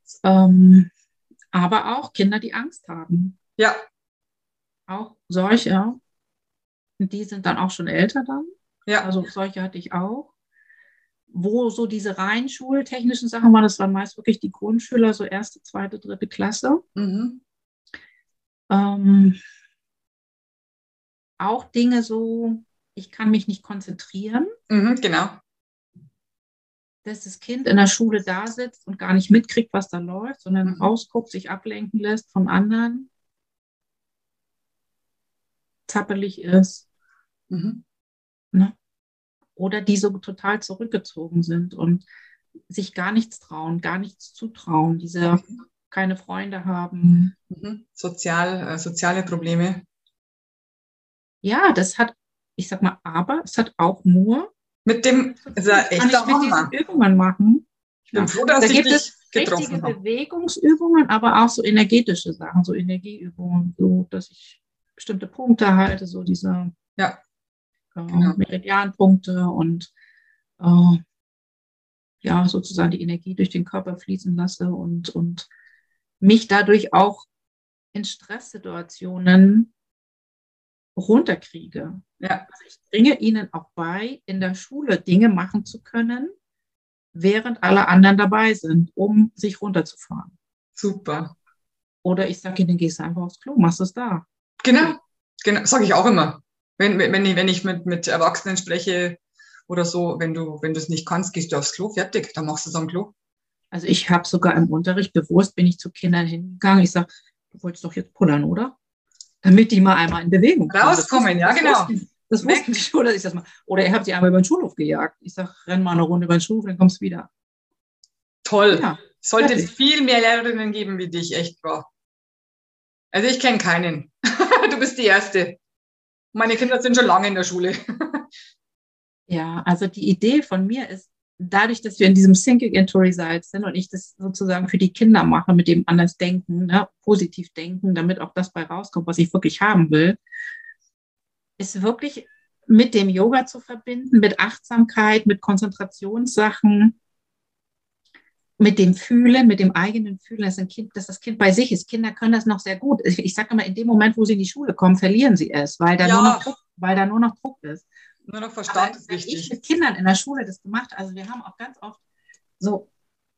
Aber auch Kinder, die Angst haben. Ja. Auch solche, die sind dann auch schon älter dann. Ja. Also solche hatte ich auch. Wo so diese rein schultechnischen Sachen waren, das waren meist wirklich die Grundschüler, so 1., 2., 3. Klasse. Mhm. Auch Dinge so, ich kann mich nicht konzentrieren. Mhm, genau. Dass das Kind in der Schule da sitzt und gar nicht mitkriegt, was da läuft, sondern rausguckt, sich ablenken lässt von anderen, zappelig ist. Mhm. Ne? Oder die so total zurückgezogen sind und sich gar nichts trauen, gar nichts zutrauen, diese keine Freunde haben. Mhm. Soziale Probleme. Ja, das hat, ich sag mal, aber es hat auch nur mit dem, kann ich mit diesen Übungen machen. Ich bin froh, dass da ich gibt dich es getroffen richtige habe. Bewegungsübungen, aber auch so energetische Sachen, so Energieübungen, so dass ich bestimmte Punkte halte, so diese Meridianpunkte und sozusagen die Energie durch den Körper fließen lasse und mich dadurch auch in Stresssituationen runterkriege. Ja. Also ich bringe ihnen auch bei, in der Schule Dinge machen zu können, während alle anderen dabei sind, um sich runterzufahren. Super. Oder ich sage ihnen, gehst einfach aufs Klo, machst es da. Genau, sage ich auch immer. Wenn ich mit Erwachsenen spreche oder so, wenn du es nicht kannst, gehst du aufs Klo, fertig, dann machst du es am Klo. Also ich habe sogar im Unterricht bewusst, bin ich zu Kindern hingegangen, ich sage, du wolltest doch jetzt pullern, oder? Damit die mal einmal in Bewegung kommen. Rauskommen, ja, genau. Das wussten die schon, dass ich das mal. Oder ihr habt sie einmal über den Schulhof gejagt. Ich sage, renn mal eine Runde über den Schulhof, dann kommst du wieder. Toll. Ja, Sollte fertig. es viel mehr Lehrerinnen geben wie dich, echt wahr. Also ich kenne keinen. Du bist die Erste. Meine Kinder sind schon lange in der Schule. Ja, also die Idee von mir ist, dadurch, dass wir in diesem Thinking into Results sind und ich das sozusagen für die Kinder mache, mit dem anders denken, ne, positiv denken, damit auch das bei rauskommt, was ich wirklich haben will, ist wirklich mit dem Yoga zu verbinden, mit Achtsamkeit, mit Konzentrationssachen, mit dem Fühlen, mit dem eigenen Fühlen, dass das Kind bei sich ist. Kinder können das noch sehr gut. Ich sage immer, in dem Moment, wo sie in die Schule kommen, verlieren sie es, weil da nur noch Druck ist. Nur noch Verstand ist wenn wichtig. ich mit Kindern in der Schule das gemacht, also wir haben auch ganz oft so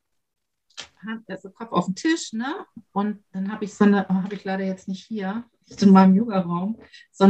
Kopf auf den Tisch, ne? Und dann habe ich habe ich leider jetzt nicht hier, in meinem Yoga-Raum, so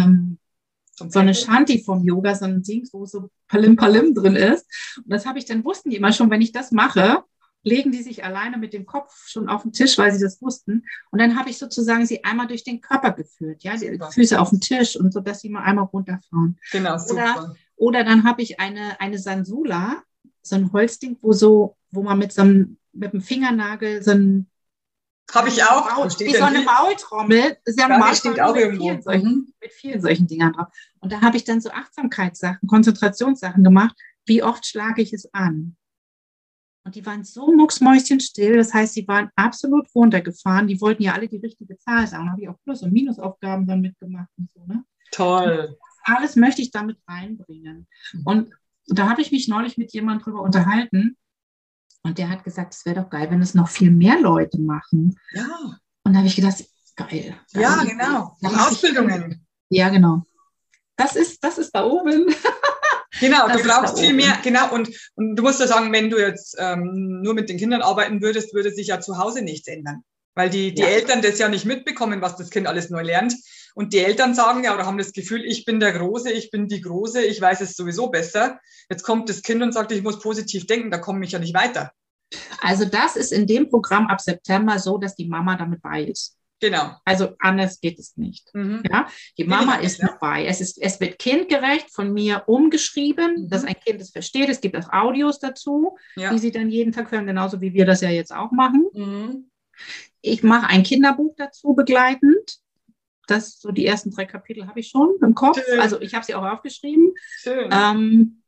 eine Shanti vom Yoga, so ein Ding, wo so Palim Palim drin ist. Und das habe ich, dann wussten die immer schon, wenn ich das mache, legen die sich alleine mit dem Kopf schon auf den Tisch, weil sie das wussten. Und dann habe ich sozusagen sie einmal durch den Körper geführt, ja, die Füße auf den Tisch und so, dass sie mal einmal runterfahren. Genau, super. Oder dann habe ich eine Sansula, so ein Holzding, wo man mit dem Fingernagel so ein habe ich auch. Wie so eine Maultrommel. Das ist ja eine steht auch irgendwo. Mit vielen solchen Dingern drauf. Und da habe ich dann so Achtsamkeitssachen, Konzentrationssachen gemacht. Wie oft schlage ich es an? Und die waren so mucksmäuschenstill. Das heißt, sie waren absolut runtergefahren. Die wollten ja alle die richtige Zahl sagen. Da habe ich auch Plus- und Minusaufgaben dann mitgemacht und so. Ne? Toll. Alles möchte ich damit reinbringen. Und da habe ich mich neulich mit jemandem drüber unterhalten. Und der hat gesagt, es wäre doch geil, wenn es noch viel mehr Leute machen. Ja. Und da habe ich gedacht, geil. Ja, genau. Ausbildungen. Ja, genau. Das ist da oben. Genau, du brauchst viel mehr. Genau, und du musst ja sagen, wenn du jetzt nur mit den Kindern arbeiten würdest, würde sich ja zu Hause nichts ändern. Weil die Eltern das ja nicht mitbekommen, was das Kind alles neu lernt. Und die Eltern sagen ja oder haben das Gefühl, ich bin der Große, ich bin die Große, ich weiß es sowieso besser. Jetzt kommt das Kind und sagt, ich muss positiv denken, da komme ich ja nicht weiter. Also das ist in dem Programm ab September so, dass die Mama damit bei ist. Genau. Also anders geht es nicht. Mhm. Ja? Die Mama ist dabei. Es wird kindgerecht von mir umgeschrieben, dass ein Kind es versteht. Es gibt auch Audios dazu, die sie dann jeden Tag hören, genauso wie wir das ja jetzt auch machen. Mhm. Ich mache ein Kinderbuch dazu begleitend. So die ersten 3 Kapitel habe ich schon im Kopf. Schön. Also ich habe sie auch aufgeschrieben. Schön.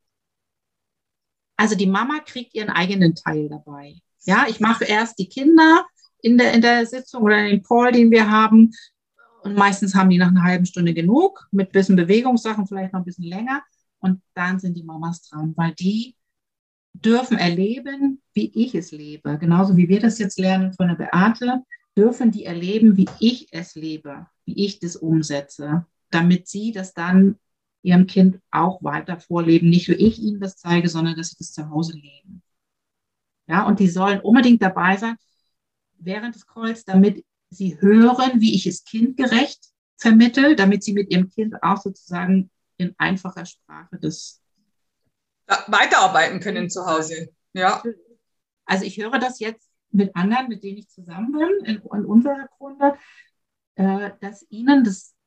Also die Mama kriegt ihren eigenen Teil dabei. Ja, ich mache erst die Kinder in der Sitzung oder in den Call, den wir haben. Und meistens haben die nach einer halben Stunde genug, mit ein bisschen Bewegungssachen, vielleicht noch ein bisschen länger. Und dann sind die Mamas dran, weil die dürfen erleben, wie ich es lebe. Genauso wie wir das jetzt lernen von der Beate, dürfen die erleben, wie ich es lebe, wie ich das umsetze, damit sie das dann ihrem Kind auch weiter vorleben. Nicht nur ich ihnen das zeige, sondern dass sie das zu Hause leben. Ja, und die sollen unbedingt dabei sein während des Calls, damit sie hören, wie ich es kindgerecht vermittle, damit sie mit ihrem Kind auch sozusagen in einfacher Sprache das weiterarbeiten können zu Hause. Ja. Also ich höre das jetzt mit anderen, mit denen ich zusammen bin, in unserer Runde, dass ihnen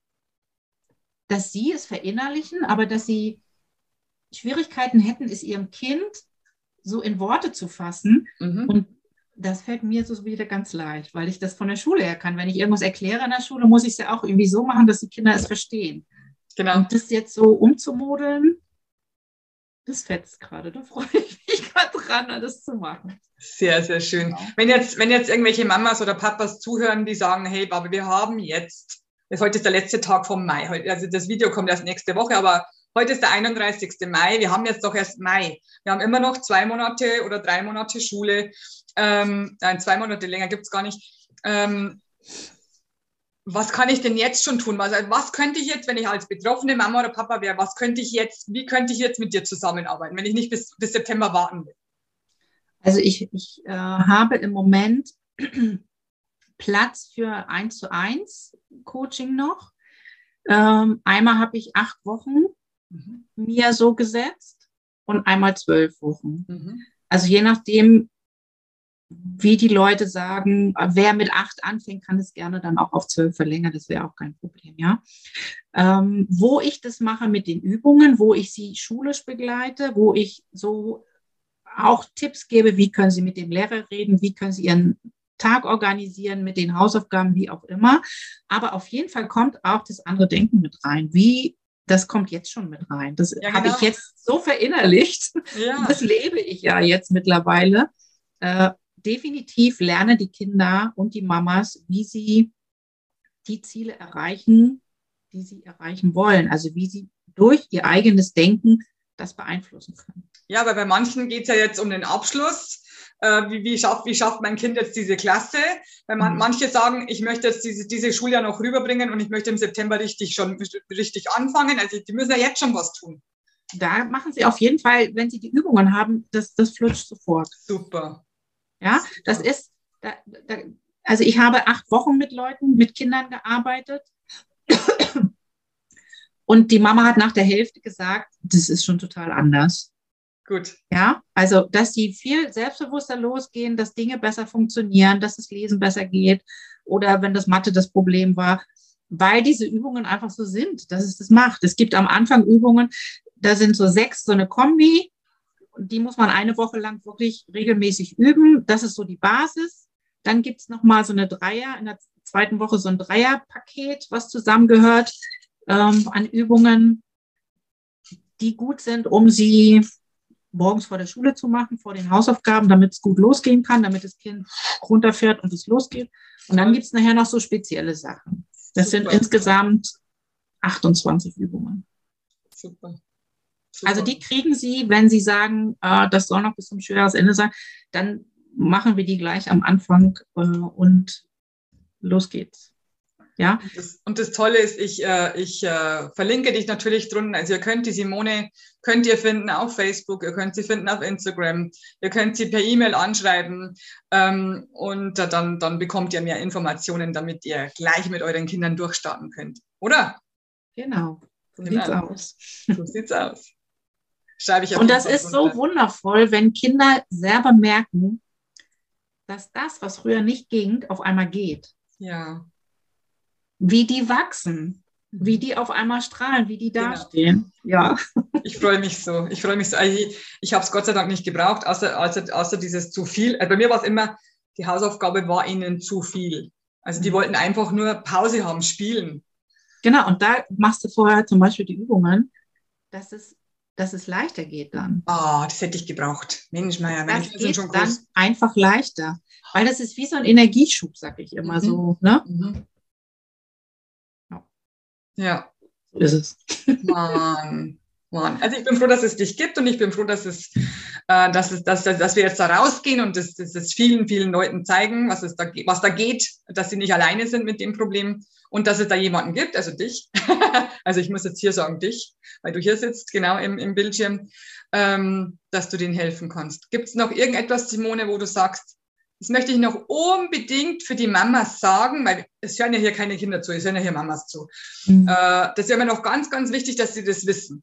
dass sie es verinnerlichen, aber dass sie Schwierigkeiten hätten, es ihrem Kind so in Worte zu fassen. Und das fällt mir so wieder ganz leicht, weil ich das von der Schule her kann. Wenn ich irgendwas erkläre in der Schule, muss ich es ja auch irgendwie so machen, dass die Kinder es verstehen. Genau. Und das jetzt so umzumodeln, das fetzt gerade. Da freue ich mich gerade dran, das zu machen. Sehr, sehr schön. Genau. Wenn jetzt irgendwelche Mamas oder Papas zuhören, die sagen, hey, aber wir haben heute ist der letzte Tag vom Mai. Also das Video kommt erst nächste Woche, aber heute ist der 31. Mai. Wir haben jetzt doch erst Mai. Wir haben immer noch 2 Monate oder 3 Monate Schule. Nein, 2 Monate länger gibt es gar nicht. was kann ich denn jetzt schon tun? Also, was könnte ich jetzt, wenn ich als betroffene Mama oder Papa wäre, wie könnte ich jetzt mit dir zusammenarbeiten, wenn ich nicht bis September warten will? Also ich habe im Moment Platz für 1:1 Coaching noch. Einmal habe ich 8 Wochen mir so gesetzt und einmal 12 Wochen. Also je nachdem, wie die Leute sagen, wer mit 8 anfängt, kann es gerne dann auch auf 12 verlängern. Das wäre auch kein Problem, ja. Wo ich das mache mit den Übungen, wo ich sie schulisch begleite, wo ich so auch Tipps gebe, wie können Sie mit dem Lehrer reden, wie können Sie Ihren Tag organisieren mit den Hausaufgaben, wie auch immer. Aber auf jeden Fall kommt auch das andere Denken mit rein. Das kommt jetzt schon mit rein. Das habe ich jetzt so verinnerlicht. Ja. Das lebe ich ja jetzt mittlerweile. Definitiv lernen die Kinder und die Mamas, wie sie die Ziele erreichen, die sie erreichen wollen. Also wie sie durch ihr eigenes Denken das beeinflussen können. Ja, aber bei manchen geht es ja jetzt um den Abschluss. Wie schafft mein Kind jetzt diese Klasse? Weil manche sagen, ich möchte jetzt diese Schuljahr noch rüberbringen und ich möchte im September richtig anfangen. Also die müssen ja jetzt schon was tun. Da machen sie auf jeden Fall, wenn sie die Übungen haben, das flutscht sofort. Super. Ja, das ist, also ich habe 8 Wochen mit Kindern gearbeitet. Und die Mama hat nach der Hälfte gesagt, das ist schon total anders. Gut. Ja, also, dass sie viel selbstbewusster losgehen, dass Dinge besser funktionieren, dass das Lesen besser geht oder wenn das Mathe das Problem war, weil diese Übungen einfach so sind, dass es das macht. Es gibt am Anfang Übungen, da sind so 6, so eine Kombi, die muss man eine Woche lang wirklich regelmäßig üben. Das ist so die Basis. Dann gibt es nochmal so eine Dreier, in der zweiten Woche so ein Dreierpaket, was zusammengehört an Übungen, die gut sind, um sie morgens vor der Schule zu machen, vor den Hausaufgaben, damit es gut losgehen kann, damit das Kind runterfährt und es losgeht. Und dann gibt es nachher noch so spezielle Sachen. Das sind insgesamt 28 Übungen. Super. Also die kriegen Sie, wenn Sie sagen, das soll noch bis zum Schuljahresende sein, dann machen wir die gleich am Anfang und los geht's. Ja. Und das Tolle ist, ich verlinke dich natürlich drunten. Also ihr könnt die Simone finden auf Facebook, ihr könnt sie finden auf Instagram, ihr könnt sie per E-Mail anschreiben und dann bekommt ihr mehr Informationen, damit ihr gleich mit euren Kindern durchstarten könnt, oder? Genau, so sieht's aus. So sieht's aus. Schreibe ich auf und das ist so wundervoll, wenn Kinder selber merken, dass das, was früher nicht ging, auf einmal geht. Ja. Wie die wachsen, wie die auf einmal strahlen, wie die dastehen. Ja. Ich freue mich so. Ich habe es Gott sei Dank nicht gebraucht, außer dieses zu viel. Bei mir war es immer, die Hausaufgabe war ihnen zu viel. Also die wollten einfach nur Pause haben, spielen. Genau, und da machst du vorher zum Beispiel die Übungen, dass es leichter geht dann. Das hätte ich gebraucht. Mensch, Meier, das geht schon dann einfach leichter. Weil das ist wie so ein Energieschub, sag ich immer so. Ne? Ja. So ist es. Mann. Also ich bin froh, dass es dich gibt und ich bin froh, dass wir jetzt da rausgehen und das vielen, vielen Leuten zeigen, was da geht, dass sie nicht alleine sind mit dem Problem und dass es da jemanden gibt, also dich. Also ich muss jetzt hier sagen dich, weil du hier sitzt, genau im Bildschirm, dass du denen helfen kannst. Gibt es noch irgendetwas, Simone, wo du sagst, das möchte ich noch unbedingt für die Mamas sagen, weil es hören ja hier keine Kinder zu, es hören ja hier Mamas zu. Das wäre mir noch ganz, ganz wichtig, dass sie das wissen.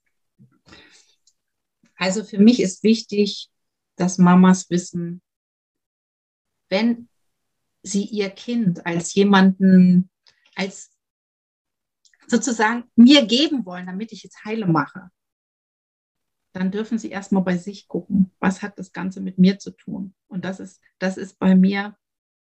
Also für mich ist wichtig, dass Mamas wissen, wenn sie ihr Kind als jemanden, als sozusagen mir geben wollen, damit ich es heile mache, dann dürfen sie erstmal bei sich gucken, was hat das Ganze mit mir zu tun. Und das ist bei mir,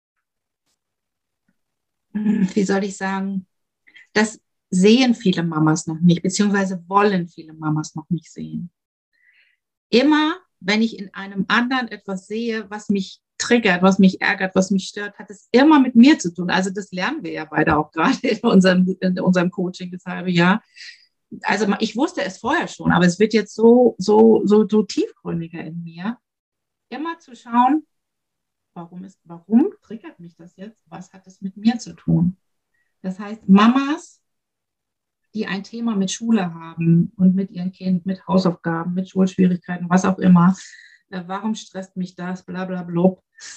wie soll ich sagen, das sehen viele Mamas noch nicht, beziehungsweise wollen viele Mamas noch nicht sehen. Immer, wenn ich in einem anderen etwas sehe, was mich triggert, was mich ärgert, was mich stört, hat es immer mit mir zu tun. Also das lernen wir ja beide auch gerade in unserem Coaching das halbe Jahr. Also ich wusste es vorher schon, aber es wird jetzt so tiefgründiger in mir, immer zu schauen, warum triggert mich das jetzt? Was hat es mit mir zu tun? Das heißt, Mamas, die ein Thema mit Schule haben und mit ihrem Kind, mit Hausaufgaben, mit Schulschwierigkeiten, was auch immer, warum stresst mich das, bla bla bla,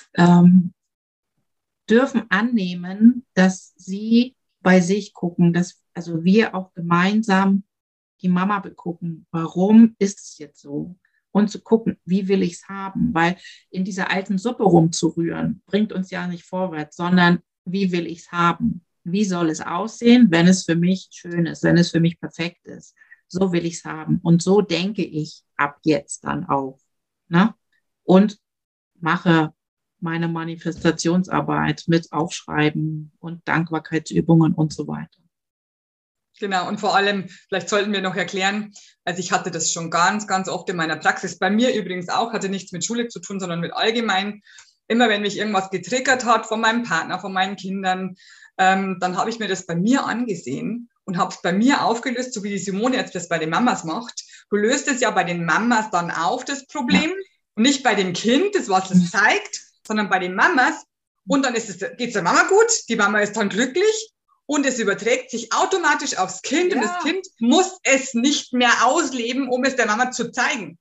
dürfen annehmen, dass sie bei sich gucken, dass also wir auch gemeinsam die Mama begucken, warum ist es jetzt so? Und zu gucken, wie will ich es haben? Weil in dieser alten Suppe rumzurühren, bringt uns ja nicht vorwärts, sondern wie will ich es haben? Wie soll es aussehen, wenn es für mich schön ist, wenn es für mich perfekt ist? So will ich es haben. Und so denke ich ab jetzt dann auch. Ne? Und mache meine Manifestationsarbeit mit Aufschreiben und Dankbarkeitsübungen und so weiter. Genau, und vor allem, vielleicht sollten wir noch erklären, also ich hatte das schon ganz, ganz oft in meiner Praxis, bei mir übrigens auch, hatte nichts mit Schule zu tun, sondern mit allgemein. Immer wenn mich irgendwas getriggert hat von meinem Partner, von meinen Kindern, dann habe ich mir das bei mir angesehen und habe es bei mir aufgelöst, so wie die Simone jetzt das bei den Mamas macht. Du löst es ja bei den Mamas dann auf, das Problem, und nicht bei dem Kind, das was es zeigt, sondern bei den Mamas. Und dann geht es der Mama gut, die Mama ist dann glücklich. Und es überträgt sich automatisch aufs Kind, und das Kind muss es nicht mehr ausleben, um es der Mama zu zeigen.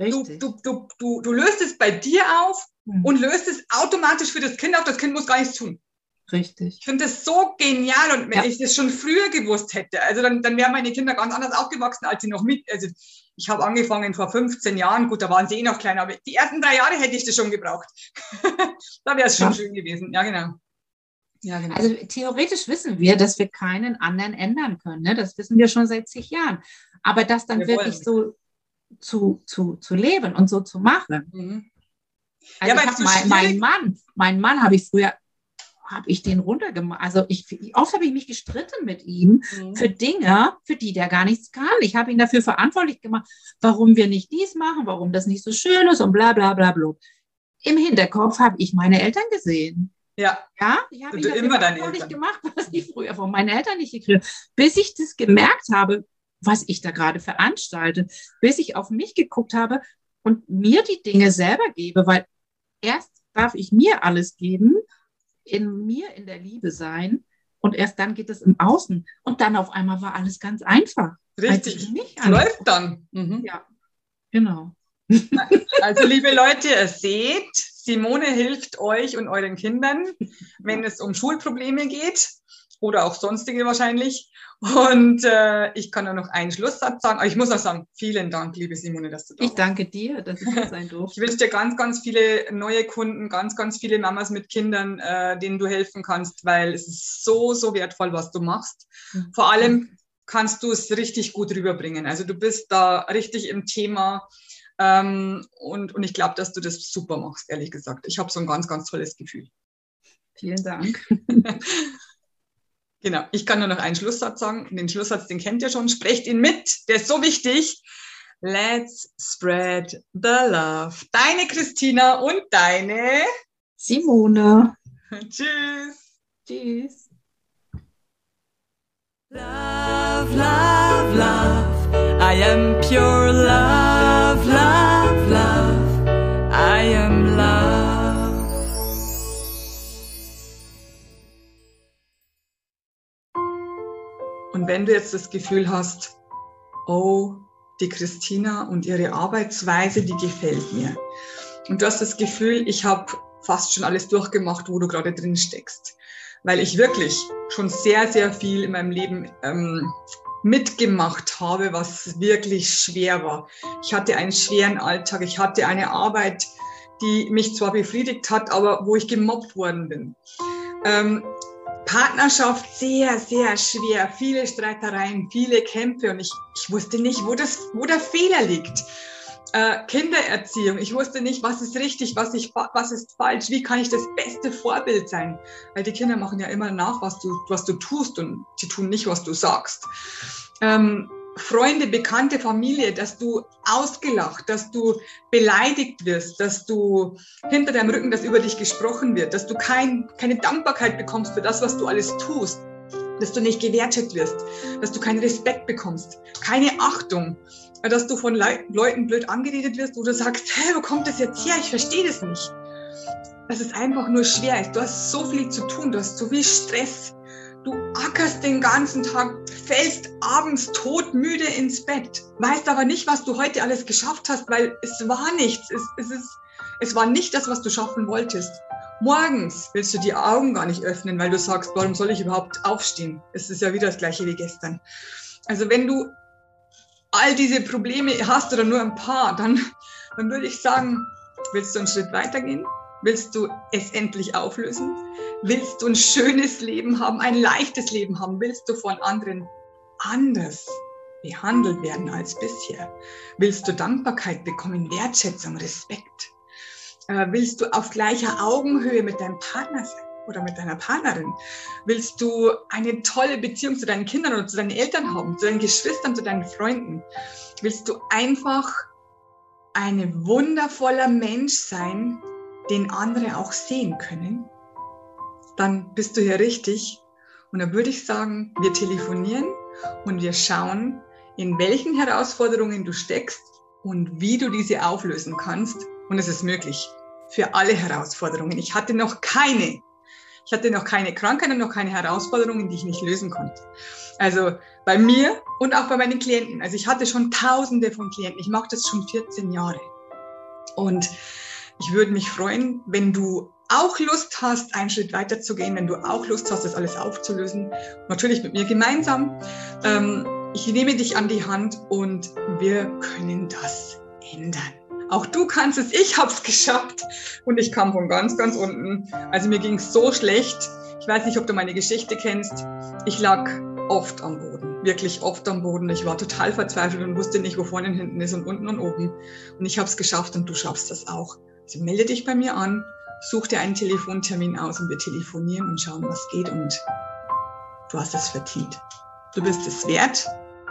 Du löst es bei dir auf und löst es automatisch für das Kind auf. Das Kind muss gar nichts tun. Richtig. Ich finde das so genial, und wenn ich das schon früher gewusst hätte, also dann wären meine Kinder ganz anders aufgewachsen, als sie noch also ich habe angefangen vor 15 Jahren, gut, da waren sie noch kleiner, aber die ersten 3 Jahre hätte ich das schon gebraucht. Da wäre es schon schön gewesen, ja genau. Ja, genau. Also theoretisch wissen wir, dass wir keinen anderen ändern können. Ne? Das wissen wir schon seit zig Jahren. Aber das dann wirklich so zu leben und so zu machen. Mhm. Also mein Mann habe ich früher, habe ich den runtergemacht. Also oft habe ich mich gestritten mit ihm für Dinge, für die der gar nichts kann. Ich habe ihn dafür verantwortlich gemacht, warum wir nicht dies machen, warum das nicht so schön ist und bla bla bla bla. Im Hinterkopf habe ich meine Eltern gesehen. Ja, ich habe immer nicht gemacht, was ich früher von meinen Eltern nicht gekriegt habe, bis ich das gemerkt habe, was ich da gerade veranstalte, bis ich auf mich geguckt habe und mir die Dinge selber gebe, weil erst darf ich mir alles geben, in mir in der Liebe sein, und erst dann geht es im Außen, und dann auf einmal war alles ganz einfach. Richtig, läuft dann. Ja, genau. Also liebe Leute, ihr seht, Simone hilft euch und euren Kindern, wenn es um Schulprobleme geht oder auch sonstige wahrscheinlich. Und ich kann nur noch einen Schlusssatz sagen. Aber ich muss auch sagen, vielen Dank, liebe Simone, dass du da warst. Ich danke dir, dass ich hier sein durfte. Ich wünsche dir ganz, ganz viele neue Kunden, ganz, ganz viele Mamas mit Kindern, denen du helfen kannst, weil es ist so, so wertvoll, was du machst. Vor allem kannst du es richtig gut rüberbringen. Also du bist da richtig im Thema. Und ich glaube, dass du das super machst, ehrlich gesagt. Ich habe so ein ganz, ganz tolles Gefühl. Vielen Dank. Genau, ich kann nur noch einen Schlusssatz sagen. Den Schlusssatz, den kennt ihr schon. Sprecht ihn mit, der ist so wichtig. Let's spread the love. Deine Christina und deine Simone. Tschüss. Tschüss. Love, love, love. I am pure love, love, love. I am love. Und wenn du jetzt das Gefühl hast, oh, die Christina und ihre Arbeitsweise, die gefällt mir. Und du hast das Gefühl, ich habe fast schon alles durchgemacht, wo du gerade drin steckst. Weil ich wirklich schon sehr, sehr viel in meinem Leben mitgemacht habe, was wirklich schwer war. Ich hatte einen schweren Alltag, ich hatte eine Arbeit, die mich zwar befriedigt hat, aber wo ich gemobbt worden bin. Partnerschaft sehr, sehr schwer, viele Streitereien, viele Kämpfe, und ich wusste nicht, wo der Fehler liegt. Kindererziehung, ich wusste nicht, was ist richtig, was ist falsch, wie kann ich das beste Vorbild sein? Weil die Kinder machen ja immer nach, was du tust, und sie tun nicht, was du sagst. Freunde, Bekannte, Familie, dass du ausgelacht, dass du beleidigt wirst, dass du hinter deinem Rücken, dass über dich gesprochen wird, dass du keine Dankbarkeit bekommst für das, was du alles tust, dass du nicht gewertet wirst, dass du keinen Respekt bekommst, keine Achtung, dass du von Leuten blöd angeredet wirst, wo du sagst, hey, wo kommt das jetzt her? Ich verstehe das nicht. Dass es einfach nur schwer ist. Du hast so viel zu tun, du hast so viel Stress, Du ackerst den ganzen Tag, fällst abends todmüde ins Bett, weißt aber nicht, was du heute alles geschafft hast, weil es war nichts. Es war nicht das, was du schaffen wolltest. Morgens willst du die Augen gar nicht öffnen, weil du sagst, warum soll ich überhaupt aufstehen? Es ist ja wieder das Gleiche wie gestern. Also wenn du all diese Probleme hast oder nur ein paar, dann würde ich sagen, willst du einen Schritt weitergehen? Willst du es endlich auflösen? Willst du ein schönes Leben haben, ein leichtes Leben haben? Willst du von anderen anders behandelt werden als bisher? Willst du Dankbarkeit bekommen, Wertschätzung, Respekt? Willst du auf gleicher Augenhöhe mit deinem Partner sein oder mit deiner Partnerin? Willst du eine tolle Beziehung zu deinen Kindern oder zu deinen Eltern haben, zu deinen Geschwistern, zu deinen Freunden? Willst du einfach ein wundervoller Mensch sein, den andere auch sehen können? Dann bist du hier richtig. Und dann würde ich sagen, wir telefonieren und wir schauen, in welchen Herausforderungen du steckst und wie du diese auflösen kannst. Und es ist möglich für alle Herausforderungen. Ich hatte noch keine Krankheit und noch keine Herausforderungen, die ich nicht lösen konnte. Also bei mir und auch bei meinen Klienten. Also ich hatte schon Tausende von Klienten. Ich mache das schon 14 Jahre. Und ich würde mich freuen, wenn du auch Lust hast, einen Schritt weiter zu gehen, wenn du auch Lust hast, das alles aufzulösen. Natürlich mit mir gemeinsam. Ich nehme dich an die Hand und wir können das ändern. Auch du kannst es, ich habe es geschafft und ich kam von ganz, ganz unten. Also mir ging es so schlecht. Ich weiß nicht, ob du meine Geschichte kennst. Ich lag oft am Boden, wirklich oft am Boden. Ich war total verzweifelt und wusste nicht, wo vorne und hinten ist und unten und oben. Und ich habe es geschafft und du schaffst das auch. Also melde dich bei mir an, such dir einen Telefontermin aus und wir telefonieren und schauen, was geht. Und du hast es verdient. Du bist es wert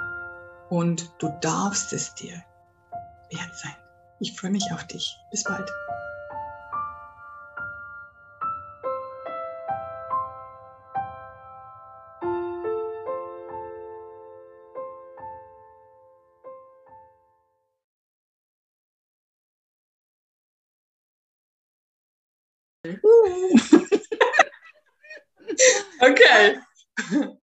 und du darfst es dir wert sein. Ich freue mich auf dich. Bis bald. Okay.